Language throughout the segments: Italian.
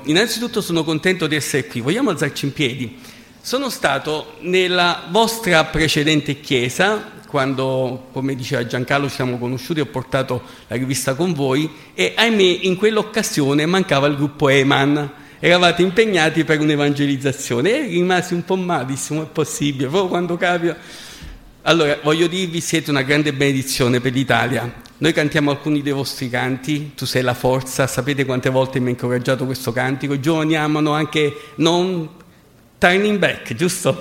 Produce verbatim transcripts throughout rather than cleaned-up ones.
innanzitutto sono contento di essere qui. Vogliamo alzarci in piedi? Sono stato nella vostra precedente chiesa, quando, come diceva Giancarlo, ci siamo conosciuti, ho portato la rivista con voi e, ahimè, in quell'occasione mancava il gruppo Eman. Eravate impegnati per un'evangelizzazione e rimasi un po' malissimo, è possibile, proprio quando capita. Allora, voglio dirvi, siete una grande benedizione per l'Italia. Noi cantiamo alcuni dei vostri canti, Tu sei la forza, sapete quante volte mi ha incoraggiato questo cantico, i giovani amano anche non turning back, giusto?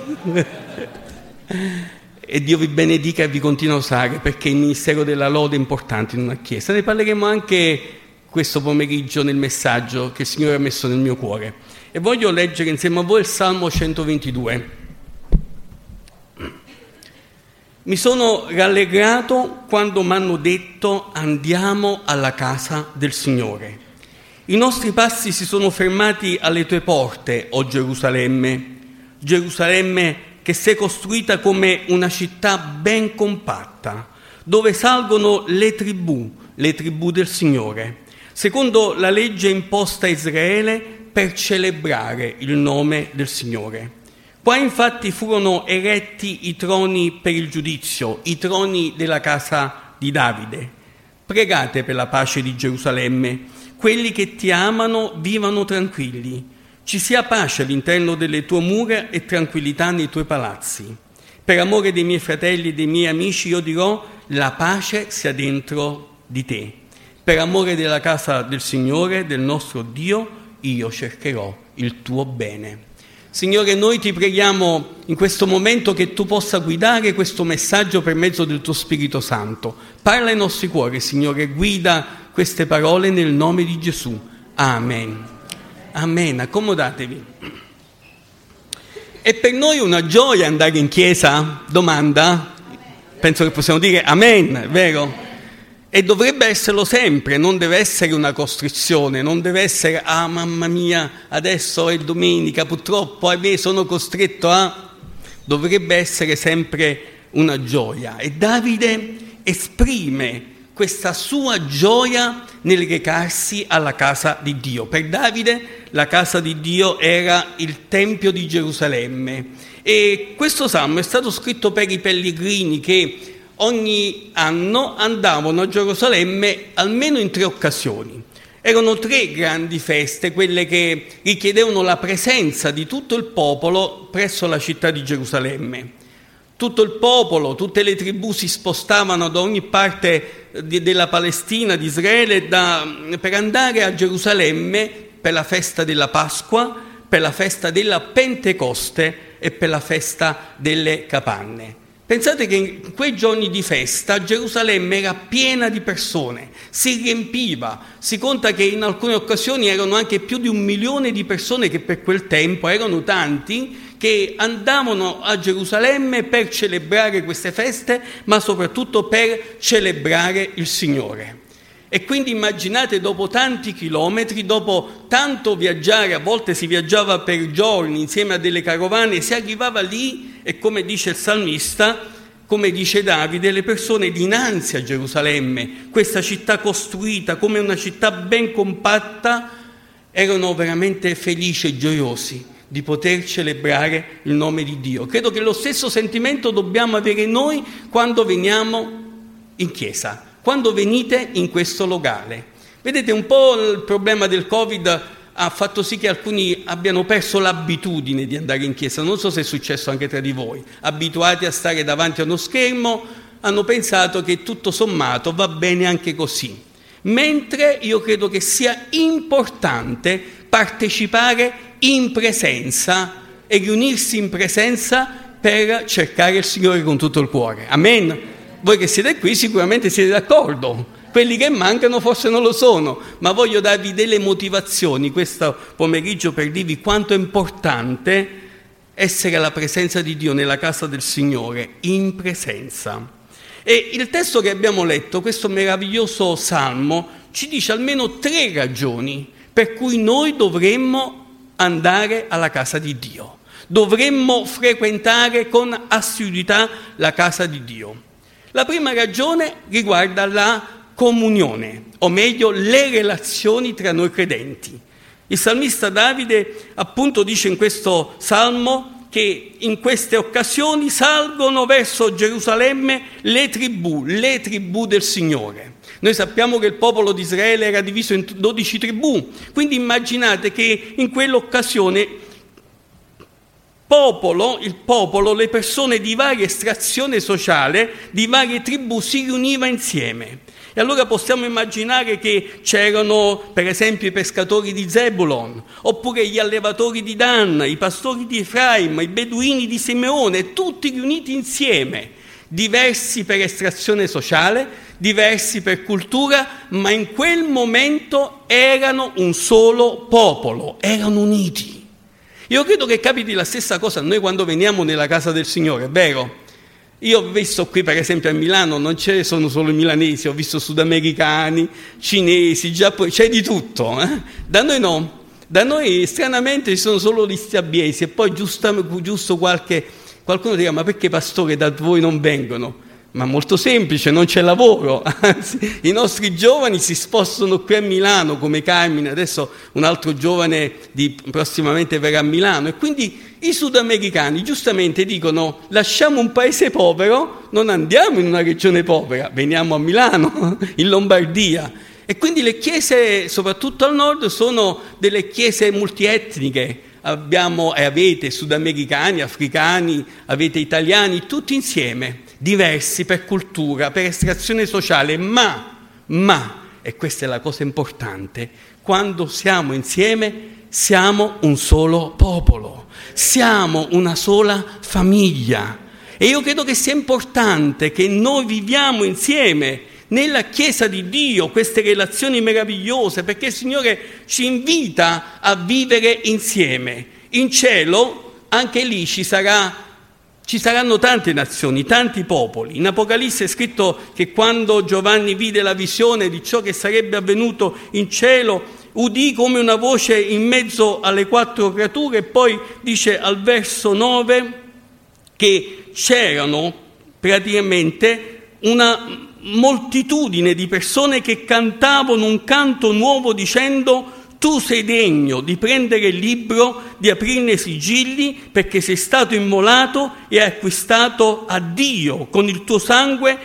E Dio vi benedica e vi continua a usare, perché il ministero della lode è importante in una chiesa. Ne parleremo anche questo pomeriggio nel messaggio che il Signore ha messo nel mio cuore. E voglio leggere insieme a voi il Salmo centoventidue. Mi sono rallegrato quando mi hanno detto andiamo alla casa del Signore. I nostri passi si sono fermati alle tue porte, o Gerusalemme, Gerusalemme che sei costruita come una città ben compatta, dove salgono le tribù, le tribù del Signore, secondo la legge imposta a Israele per celebrare il nome del Signore. Qua infatti furono eretti i troni per il giudizio, i troni della casa di Davide. Pregate per la pace di Gerusalemme, quelli che ti amano vivano tranquilli. Ci sia pace all'interno delle tue mura e tranquillità nei tuoi palazzi. Per amore dei miei fratelli e dei miei amici io dirò la pace sia dentro di te. Per amore della casa del Signore, del nostro Dio, io cercherò il tuo bene. Signore, noi ti preghiamo in questo momento che tu possa guidare questo messaggio per mezzo del tuo Spirito Santo. Parla ai nostri cuori, Signore, guida queste parole nel nome di Gesù. Amen. Amen. Accomodatevi. È per noi una gioia andare in chiesa? Domanda? Penso che possiamo dire amen, vero? E dovrebbe esserlo sempre, non deve essere una costrizione, non deve essere, ah mamma mia, adesso è domenica, purtroppo ahimè sono costretto a... Dovrebbe essere sempre una gioia. E Davide esprime questa sua gioia nel recarsi alla casa di Dio. Per Davide la casa di Dio era il Tempio di Gerusalemme. E questo salmo è stato scritto per i pellegrini che ogni anno andavano a Gerusalemme almeno in tre occasioni. Erano tre grandi feste, quelle che richiedevano la presenza di tutto il popolo presso la città di Gerusalemme. Tutto il popolo, tutte le tribù si spostavano da ogni parte di, della Palestina, di Israele, da, per andare a Gerusalemme per la festa della Pasqua, per la festa della Pentecoste e per la festa delle capanne. Pensate che in quei giorni di festa Gerusalemme era piena di persone, si riempiva, si conta che in alcune occasioni erano anche più di un milione di persone che per quel tempo erano tanti che andavano a Gerusalemme per celebrare queste feste, ma soprattutto per celebrare il Signore. E quindi immaginate, dopo tanti chilometri, dopo tanto viaggiare, a volte si viaggiava per giorni insieme a delle carovane, si arrivava lì e, come dice il salmista, come dice Davide, le persone dinanzi a Gerusalemme, questa città costruita come una città ben compatta, erano veramente felici e gioiosi di poter celebrare il nome di Dio. Credo che lo stesso sentimento dobbiamo avere noi quando veniamo in chiesa, quando venite in questo locale. Vedete, un po' il problema del Covid ha fatto sì che alcuni abbiano perso l'abitudine di andare in chiesa. Non so se è successo anche tra di voi. Abituati a stare davanti a uno schermo, hanno pensato che tutto sommato va bene anche così. Mentre io credo che sia importante partecipare in presenza e riunirsi in presenza per cercare il Signore con tutto il cuore. Amen. Voi che siete qui sicuramente siete d'accordo. Quelli che mancano forse non lo sono, ma voglio darvi delle motivazioni questo pomeriggio per dirvi quanto è importante essere alla presenza di Dio nella casa del Signore, in presenza. E il testo che abbiamo letto, questo meraviglioso salmo, ci dice almeno tre ragioni per cui noi dovremmo andare alla casa di Dio. Dovremmo frequentare con assiduità la casa di Dio. La prima ragione riguarda la comunione, o meglio le relazioni tra noi credenti. Il salmista Davide appunto dice in questo salmo che in queste occasioni salgono verso Gerusalemme le tribù, le tribù del Signore. Noi sappiamo che il popolo di Israele era diviso in dodici tribù, quindi immaginate che in quell'occasione popolo, il popolo, le persone di varia estrazione sociale, di varie tribù si riuniva insieme. E allora possiamo immaginare che c'erano per esempio i pescatori di Zebulon, oppure gli allevatori di Dan, i pastori di Efraim, i beduini di Simeone, tutti riuniti insieme, diversi per estrazione sociale, diversi per cultura, ma in quel momento erano un solo popolo, erano uniti. Io credo che capiti la stessa cosa a noi quando veniamo nella casa del Signore, è vero? Io ho visto qui per esempio a Milano, non ce ne sono solo i milanesi, ho visto sudamericani, cinesi, giapponesi, c'è di tutto. Eh? Da noi no, da noi stranamente ci sono solo gli stiabiesi e poi giusto, giusto qualche, qualcuno dirà ma perché pastore da voi non vengono? Ma molto semplice, non c'è lavoro, anzi i nostri giovani si spostano qui a Milano come Carmine, adesso un altro giovane di, prossimamente verrà a Milano e quindi i sudamericani giustamente dicono lasciamo un paese povero, non andiamo in una regione povera, veniamo a Milano, in Lombardia. E quindi le chiese, soprattutto al nord, sono delle chiese multietniche. Abbiamo e avete sudamericani, africani, avete italiani, tutti insieme, diversi per cultura, per estrazione sociale, ma, ma, e questa è la cosa importante, quando siamo insieme siamo un solo popolo, siamo una sola famiglia. E io credo che sia importante che noi viviamo insieme nella Chiesa di Dio queste relazioni meravigliose, perché il Signore ci invita a vivere insieme. In cielo, anche lì ci sarà, ci saranno tante nazioni, tanti popoli. In Apocalisse è scritto che quando Giovanni vide la visione di ciò che sarebbe avvenuto in cielo, udì come una voce in mezzo alle quattro creature, e poi dice al verso nove che c'erano praticamente una moltitudine di persone che cantavano un canto nuovo dicendo: tu sei degno di prendere il libro, di aprirne i sigilli, perché sei stato immolato e hai acquistato a Dio con il tuo sangue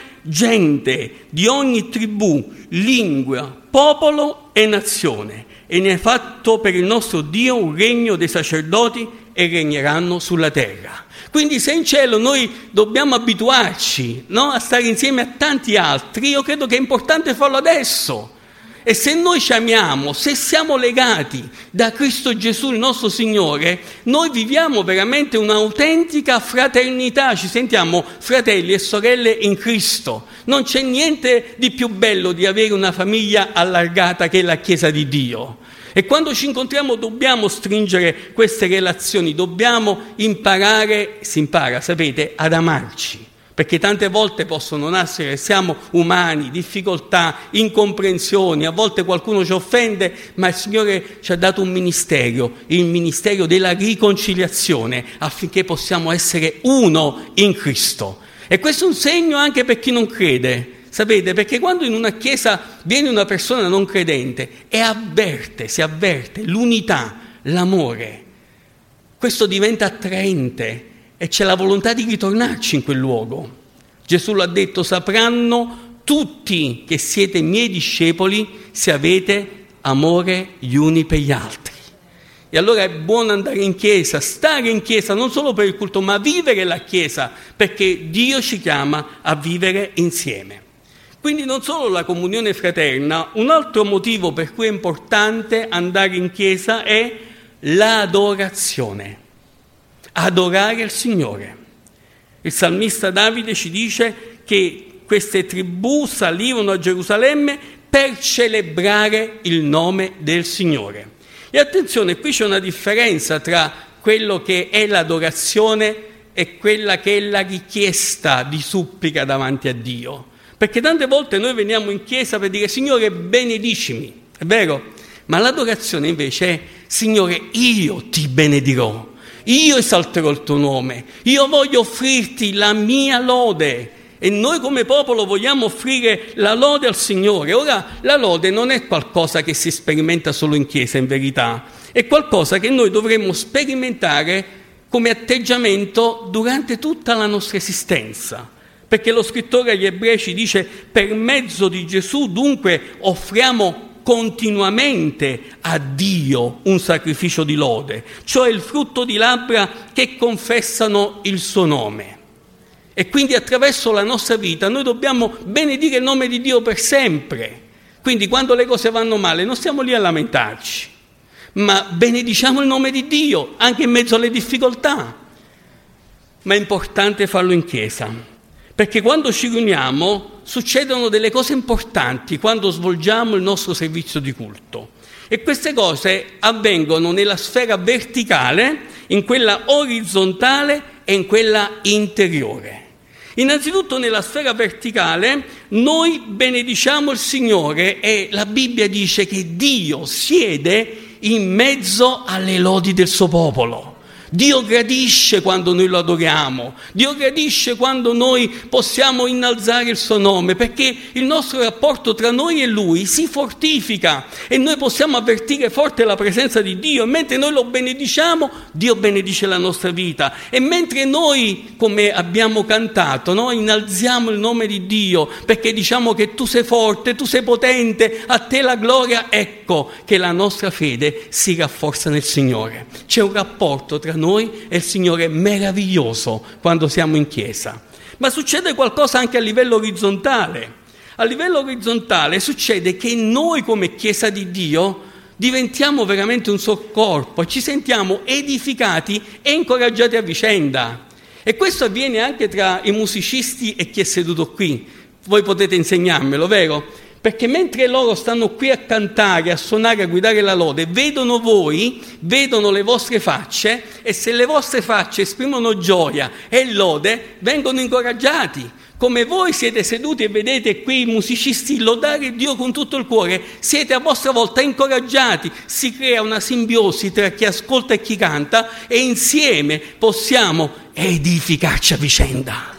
gente di ogni tribù, lingua, popolo e nazione, e ne hai fatto per il nostro Dio un regno dei sacerdoti e regneranno sulla terra. Quindi se in cielo noi dobbiamo abituarci, no, a stare insieme a tanti altri, io credo che è importante farlo adesso. E se noi ci amiamo, se siamo legati da Cristo Gesù il nostro Signore, noi viviamo veramente un'autentica fraternità, ci sentiamo fratelli e sorelle in Cristo. Non c'è niente di più bello di avere una famiglia allargata che la Chiesa di Dio. E quando ci incontriamo dobbiamo stringere queste relazioni, dobbiamo imparare, si impara, sapete, ad amarci. Perché tante volte possono nascere, siamo umani, difficoltà, incomprensioni, a volte qualcuno ci offende, ma il Signore ci ha dato un ministero, il ministero della riconciliazione, affinché possiamo essere uno in Cristo. E questo è un segno anche per chi non crede. Sapete, perché quando in una chiesa viene una persona non credente e avverte, si avverte l'unità, l'amore, questo diventa attraente e c'è la volontà di ritornarci in quel luogo. Gesù l'ha detto: sapranno tutti che siete miei discepoli se avete amore gli uni per gli altri. E allora è buono andare in chiesa, stare in chiesa, non solo per il culto, ma vivere la chiesa, perché Dio ci chiama a vivere insieme. Quindi non solo la comunione fraterna, un altro motivo per cui è importante andare in chiesa è l'adorazione. Adorare il Signore. Il salmista Davide ci dice che queste tribù salivano a Gerusalemme per celebrare il nome del Signore. E attenzione, qui c'è una differenza tra quello che è l'adorazione e quella che è la richiesta di supplica davanti a Dio. Perché tante volte noi veniamo in chiesa per dire: Signore, benedicimi, è vero? Ma l'adorazione invece è: Signore, io ti benedirò, io esalterò il tuo nome, io voglio offrirti la mia lode. E noi come popolo vogliamo offrire la lode al Signore. Ora, la lode non è qualcosa che si sperimenta solo in chiesa, in verità. È qualcosa che noi dovremmo sperimentare come atteggiamento durante tutta la nostra esistenza. Perché lo scrittore agli Ebrei ci dice: per mezzo di Gesù dunque offriamo continuamente a Dio un sacrificio di lode, cioè il frutto di labbra che confessano il suo nome. E quindi attraverso la nostra vita noi dobbiamo benedire il nome di Dio per sempre. Quindi quando le cose vanno male non stiamo lì a lamentarci, ma benediciamo il nome di Dio anche in mezzo alle difficoltà. Ma è importante farlo in chiesa, perché quando ci riuniamo succedono delle cose importanti quando svolgiamo il nostro servizio di culto. E queste cose avvengono nella sfera verticale, in quella orizzontale e in quella interiore. Innanzitutto nella sfera verticale noi benediciamo il Signore e la Bibbia dice che Dio siede in mezzo alle lodi del suo popolo. Dio gradisce quando noi lo adoriamo, Dio gradisce quando noi possiamo innalzare il suo nome, perché il nostro rapporto tra noi e Lui si fortifica e noi possiamo avvertire forte la presenza di Dio, e mentre noi lo benediciamo, Dio benedice la nostra vita, e mentre noi, come abbiamo cantato, no, innalziamo il nome di Dio, perché diciamo che tu sei forte, tu sei potente, a te la gloria, ecco che la nostra fede si rafforza nel Signore. C'è un rapporto tra noi e il Signore meraviglioso quando siamo in chiesa. Ma succede qualcosa anche a livello orizzontale. A livello orizzontale succede che noi come Chiesa di Dio diventiamo veramente un solo corpo, ci sentiamo edificati e incoraggiati a vicenda. E questo avviene anche tra i musicisti e chi è seduto qui. Voi potete insegnarmelo, vero? Perché mentre loro stanno qui a cantare, a suonare, a guidare la lode, vedono voi, vedono le vostre facce, e se le vostre facce esprimono gioia e lode, vengono incoraggiati. Come voi siete seduti e vedete qui i musicisti lodare Dio con tutto il cuore, siete a vostra volta incoraggiati, si crea una simbiosi tra chi ascolta e chi canta, e insieme possiamo edificarci a vicenda.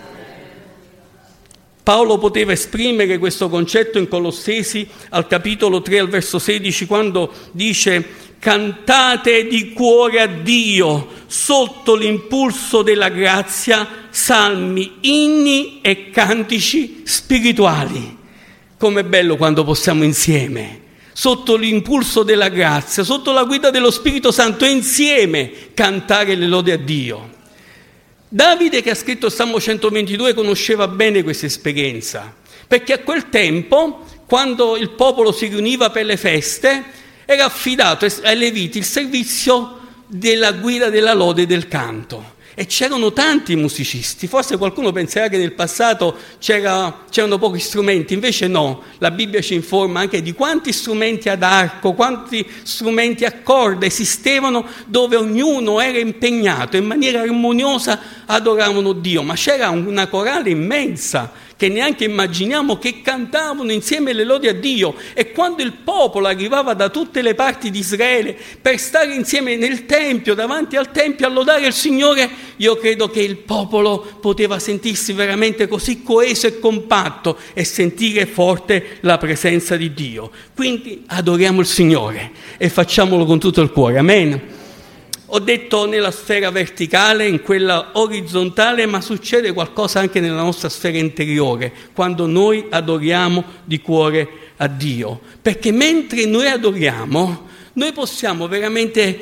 Paolo poteva esprimere questo concetto in Colossesi al capitolo tre, al verso sedici, quando dice: cantate di cuore a Dio sotto l'impulso della grazia salmi, inni e cantici spirituali. Com'è bello quando possiamo insieme, sotto l'impulso della grazia, sotto la guida dello Spirito Santo, insieme cantare le lodi a Dio. Davide, che ha scritto il Salmo centoventidue, conosceva bene questa esperienza, perché a quel tempo, quando il popolo si riuniva per le feste, era affidato ai Leviti il servizio della guida della lode e del canto. E c'erano tanti musicisti. Forse qualcuno penserà che nel passato c'era, c'erano pochi strumenti, invece no, la Bibbia ci informa anche di quanti strumenti ad arco, quanti strumenti a corda esistevano, dove ognuno era impegnato in maniera armoniosa, adoravano Dio. Ma c'era una corale immensa che neanche immaginiamo, che cantavano insieme le lodi a Dio. E quando il popolo arrivava da tutte le parti di Israele per stare insieme nel Tempio, davanti al Tempio, a lodare il Signore, io credo che il popolo poteva sentirsi veramente così coeso e compatto e sentire forte la presenza di Dio. Quindi adoriamo il Signore e facciamolo con tutto il cuore. Amen. Ho detto nella sfera verticale, in quella orizzontale, ma succede qualcosa anche nella nostra sfera interiore, quando noi adoriamo di cuore a Dio. Perché mentre noi adoriamo, noi possiamo veramente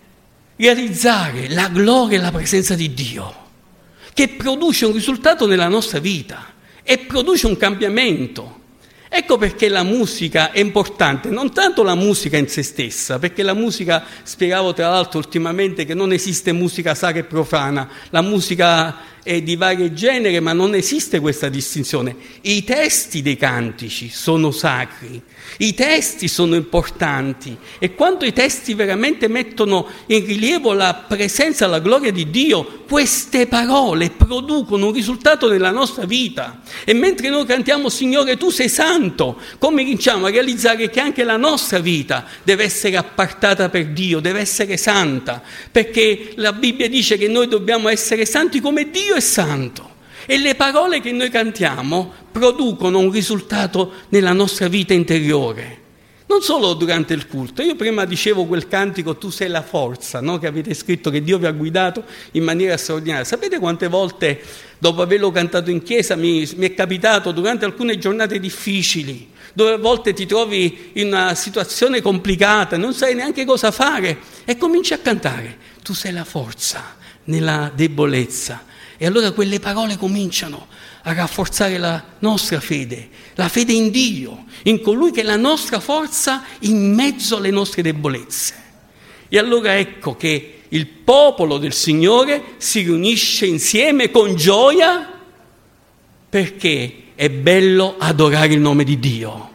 realizzare la gloria e la presenza di Dio, che produce un risultato nella nostra vita e produce un cambiamento. Ecco perché la musica è importante, non tanto la musica in se stessa, perché la musica, spiegavo tra l'altro ultimamente che non esiste musica sacra e profana, la musica è di vario genere, ma non esiste questa distinzione. I testi dei cantici sono sacri, i testi sono importanti, e quando i testi veramente mettono in rilievo la presenza e la gloria di Dio, queste parole producono un risultato nella nostra vita. E mentre noi cantiamo Signore tu sei santo, cominciamo a realizzare che anche la nostra vita deve essere appartata per Dio, deve essere santa, perché la Bibbia dice che noi dobbiamo essere santi come Dio è santo. E le parole che noi cantiamo producono un risultato nella nostra vita interiore. Non solo durante il culto. Io prima dicevo quel cantico "Tu sei la forza", no? Che avete scritto, che Dio vi ha guidato in maniera straordinaria. Sapete quante volte, dopo averlo cantato in chiesa, mi, mi è capitato durante alcune giornate difficili, dove a volte ti trovi in una situazione complicata, non sai neanche cosa fare, e cominci a cantare "Tu sei la forza nella debolezza". E allora quelle parole cominciano a rafforzare la nostra fede, la fede in Dio, in colui che è la nostra forza in mezzo alle nostre debolezze. E allora ecco che il popolo del Signore si riunisce insieme con gioia, perché è bello adorare il nome di Dio.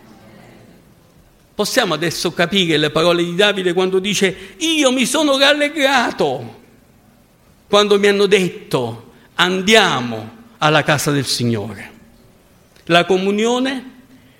Possiamo adesso capire le parole di Davide quando dice: io mi sono rallegrato quando mi hanno detto andiamo alla casa del Signore. La comunione,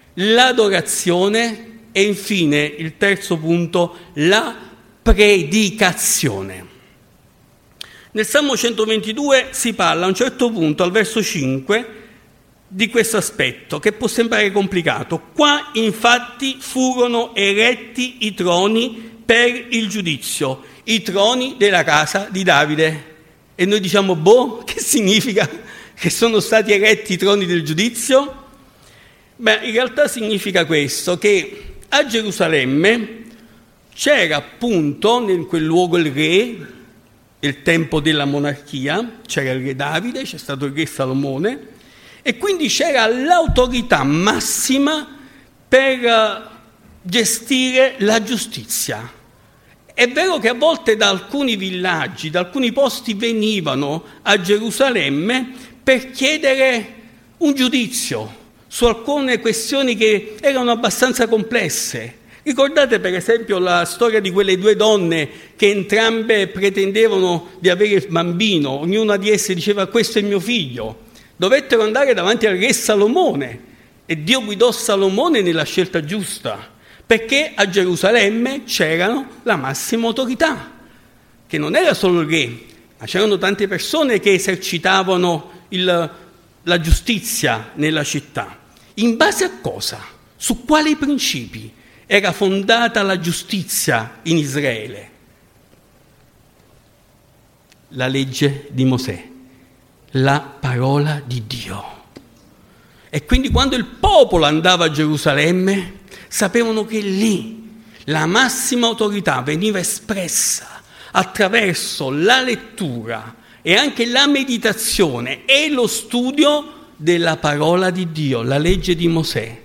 l'adorazione e infine il terzo punto, la predicazione. Nel Salmo centoventidue si parla a un certo punto, al verso cinque, di questo aspetto che può sembrare complicato. Qua infatti furono eretti i troni per il giudizio, i troni della casa di Davide. E noi diciamo, boh, che significa che sono stati eretti i troni del giudizio? Beh, in realtà significa questo, che a Gerusalemme c'era appunto in quel luogo il re, il tempo della monarchia, c'era il re Davide, c'è stato il re Salomone, e quindi c'era l'autorità massima per gestire la giustizia. È vero che a volte da alcuni villaggi, da alcuni posti venivano a Gerusalemme per chiedere un giudizio su alcune questioni che erano abbastanza complesse. Ricordate per esempio la storia di quelle due donne che entrambe pretendevano di avere il bambino, ognuna di esse diceva questo è mio figlio. Dovettero andare davanti al re Salomone e Dio guidò Salomone nella scelta giusta, perché a Gerusalemme c'erano la massima autorità, che non era solo il re, ma c'erano tante persone che esercitavano il, la giustizia nella città. In base a cosa? Su quali principi era fondata la giustizia in Israele? La legge di Mosè, la parola di Dio. E quindi quando il popolo andava a Gerusalemme, sapevano che lì la massima autorità veniva espressa attraverso la lettura e anche la meditazione e lo studio della parola di Dio, la legge di Mosè.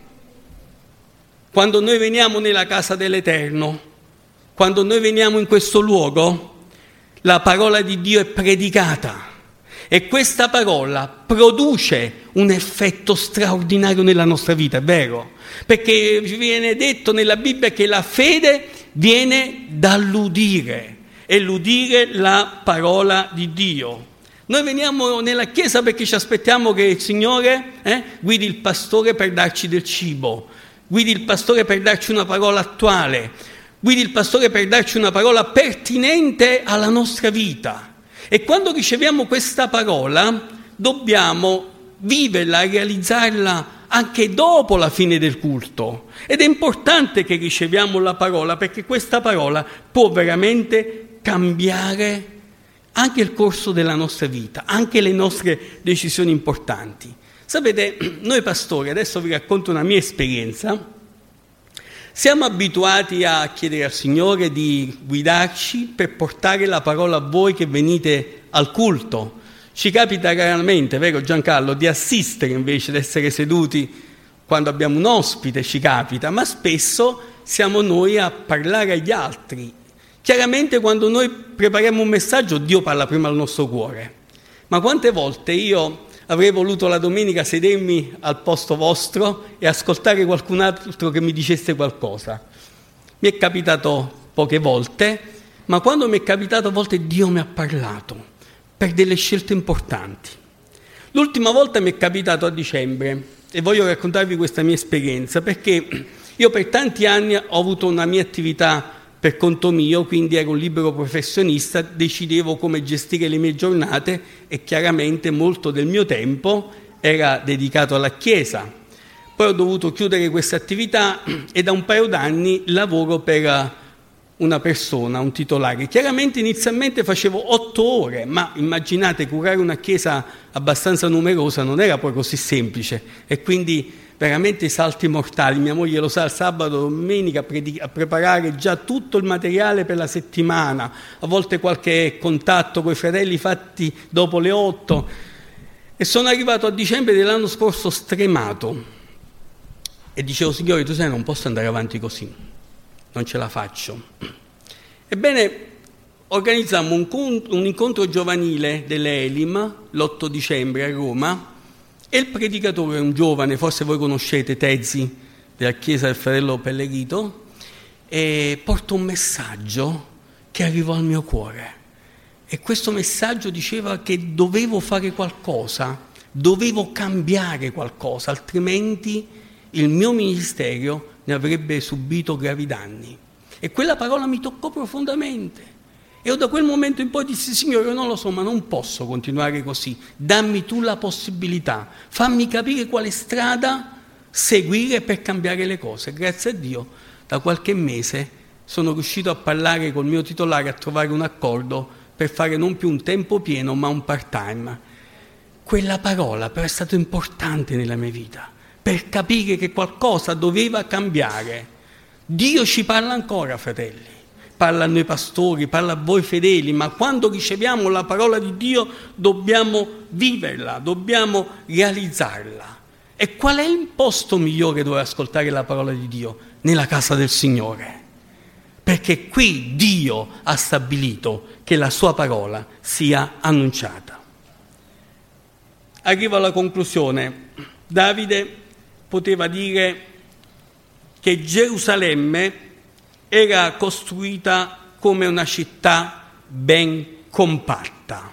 Quando noi veniamo nella casa dell'Eterno, quando noi veniamo in questo luogo, la parola di Dio è predicata e questa parola produce un effetto straordinario nella nostra vita, è vero? Perché viene detto nella Bibbia che la fede viene dall'udire e l'udire la parola di Dio. Noi veniamo nella chiesa perché ci aspettiamo che il Signore eh, guidi il pastore per darci del cibo, guidi il pastore per darci una parola attuale, guidi il pastore per darci una parola pertinente alla nostra vita. E quando riceviamo questa parola dobbiamo viverla e realizzarla anche dopo la fine del culto. Ed è importante che riceviamo la parola, perché questa parola può veramente cambiare anche il corso della nostra vita, anche le nostre decisioni importanti. Sapete, noi pastori, adesso vi racconto una mia esperienza, siamo abituati a chiedere al Signore di guidarci per portare la parola a voi che venite al culto. Ci capita raramente, vero Giancarlo, di assistere invece, di essere seduti quando abbiamo un ospite, ci capita, ma spesso siamo noi a parlare agli altri. Chiaramente quando noi prepariamo un messaggio, Dio parla prima al nostro cuore. Ma quante volte io avrei voluto la domenica sedermi al posto vostro e ascoltare qualcun altro che mi dicesse qualcosa. Mi è capitato poche volte, ma quando mi è capitato a volte Dio mi ha parlato per delle scelte importanti. L'ultima volta mi è capitato a dicembre e voglio raccontarvi questa mia esperienza perché io per tanti anni ho avuto una mia attività per conto mio, quindi ero un libero professionista, decidevo come gestire le mie giornate e chiaramente molto del mio tempo era dedicato alla Chiesa. Poi ho dovuto chiudere questa attività e da un paio d'anni lavoro per una persona, un titolare. Chiaramente inizialmente facevo otto ore, ma immaginate, curare una chiesa abbastanza numerosa non era poi così semplice e quindi veramente i salti mortali. Mia moglie lo sa, il sabato, domenica a, predic- a preparare già tutto il materiale per la settimana, a volte qualche contatto con i fratelli fatti dopo le otto, e sono arrivato a dicembre dell'anno scorso stremato e dicevo: Signore, tu sai, non posso andare avanti così, non ce la faccio. Ebbene, organizzammo un, cont- un incontro giovanile delle Elim l'otto dicembre a Roma e il predicatore, un giovane, forse voi conoscete Tezzi della Chiesa del Fratello Pellegrito, e portò un messaggio che arrivò al mio cuore. E questo messaggio diceva che dovevo fare qualcosa, dovevo cambiare qualcosa, altrimenti il mio ministero ne avrebbe subito gravi danni. E quella parola mi toccò profondamente. E io da quel momento in poi dissi: Signore, io non lo so, ma non posso continuare così. Dammi tu la possibilità, fammi capire quale strada seguire per cambiare le cose. Grazie a Dio, da qualche mese sono riuscito a parlare col mio titolare, a trovare un accordo per fare non più un tempo pieno, ma un part-time. Quella parola però è stata importante nella mia vita, per capire che qualcosa doveva cambiare. Dio ci parla ancora, fratelli. Parla a noi pastori, parla a voi fedeli, ma quando riceviamo la parola di Dio dobbiamo viverla, dobbiamo realizzarla. E qual è il posto migliore dove ascoltare la parola di Dio? Nella casa del Signore. Perché qui Dio ha stabilito che la sua parola sia annunciata. Arrivo alla conclusione. Davide poteva dire che Gerusalemme era costruita come una città ben compatta.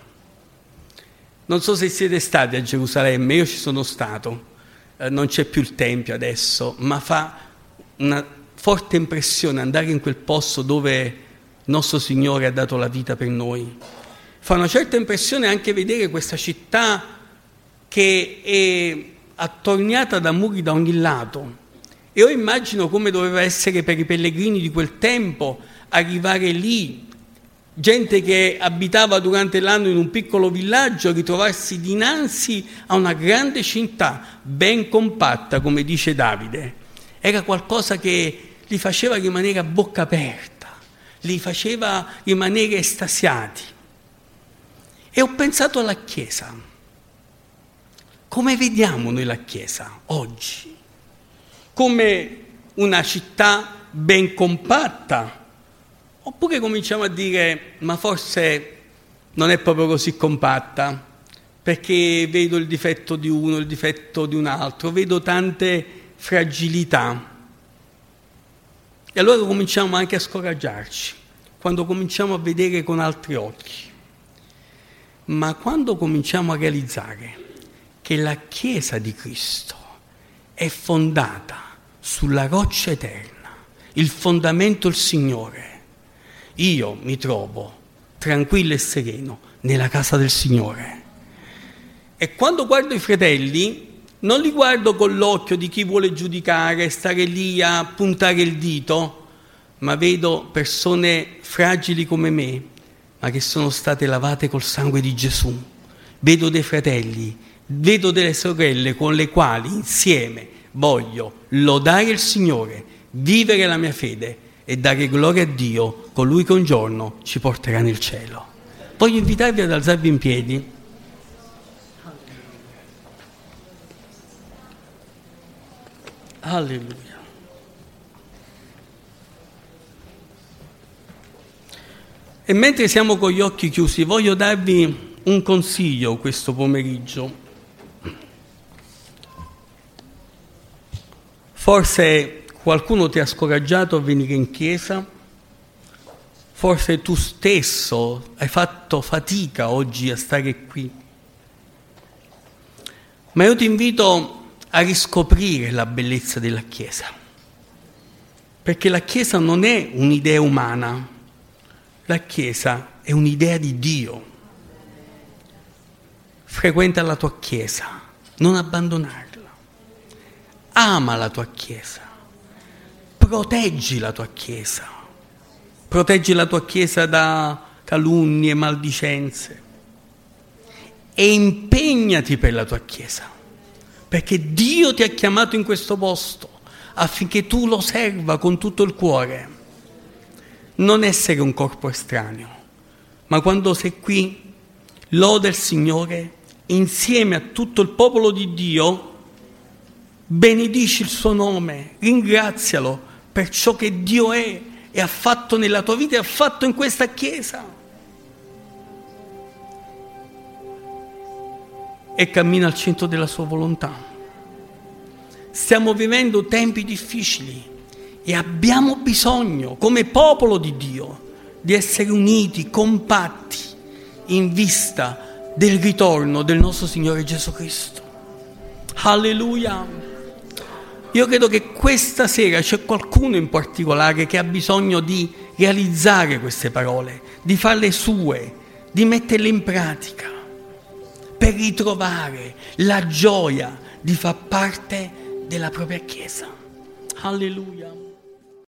Non so se siete stati a Gerusalemme, io ci sono stato, eh, non c'è più il Tempio adesso, ma fa una forte impressione andare in quel posto dove il nostro Signore ha dato la vita per noi. Fa una certa impressione anche vedere questa città che è attorniata da muri da ogni lato. E io immagino come doveva essere per i pellegrini di quel tempo arrivare lì, gente che abitava durante l'anno in un piccolo villaggio, ritrovarsi dinanzi a una grande città ben compatta, come dice Davide. Era qualcosa che li faceva rimanere a bocca aperta, li faceva rimanere estasiati. E ho pensato alla Chiesa. Come vediamo noi la Chiesa oggi? Come una città ben compatta? Oppure cominciamo a dire: ma forse non è proprio così compatta, perché vedo il difetto di uno, il difetto di un altro, vedo tante fragilità. E allora cominciamo anche a scoraggiarci, quando cominciamo a vedere con altri occhi. Ma quando cominciamo a realizzare che la Chiesa di Cristo è fondata sulla roccia eterna, il fondamento il Signore, io mi trovo tranquillo e sereno nella casa del Signore. E quando guardo i fratelli non li guardo con l'occhio di chi vuole giudicare, stare lì a puntare il dito, ma vedo persone fragili come me, ma che sono state lavate col sangue di Gesù. Vedo dei fratelli, vedo delle sorelle con le quali insieme voglio lodare il Signore, vivere la mia fede e dare gloria a Dio, colui che un giorno ci porterà nel cielo. Voglio invitarvi ad alzarvi in piedi. Alleluia. E mentre siamo con gli occhi chiusi, voglio darvi un consiglio questo pomeriggio. Forse qualcuno ti ha scoraggiato a venire in chiesa, forse tu stesso hai fatto fatica oggi a stare qui, ma io ti invito a riscoprire la bellezza della chiesa. Perché la Chiesa non è un'idea umana, la Chiesa è un'idea di Dio. Frequenta la tua Chiesa, non abbandonarla. Ama la tua Chiesa, proteggi la tua Chiesa, proteggi la tua Chiesa da calunnie, maldicenze e impegnati per la tua Chiesa, perché Dio ti ha chiamato in questo posto affinché tu lo serva con tutto il cuore. Non essere un corpo estraneo, ma quando sei qui, loda il Signore insieme a tutto il popolo di Dio, benedici il suo nome, ringrazialo per ciò che Dio è e ha fatto nella tua vita e ha fatto in questa Chiesa. E cammina al centro della sua volontà. Stiamo vivendo tempi difficili e abbiamo bisogno, come popolo di Dio, di essere uniti, compatti, in vista del ritorno del nostro Signore Gesù Cristo. Alleluia! Io credo che questa sera c'è qualcuno in particolare che ha bisogno di realizzare queste parole, di farle sue, di metterle in pratica, per ritrovare la gioia di far parte della propria Chiesa. Alleluia!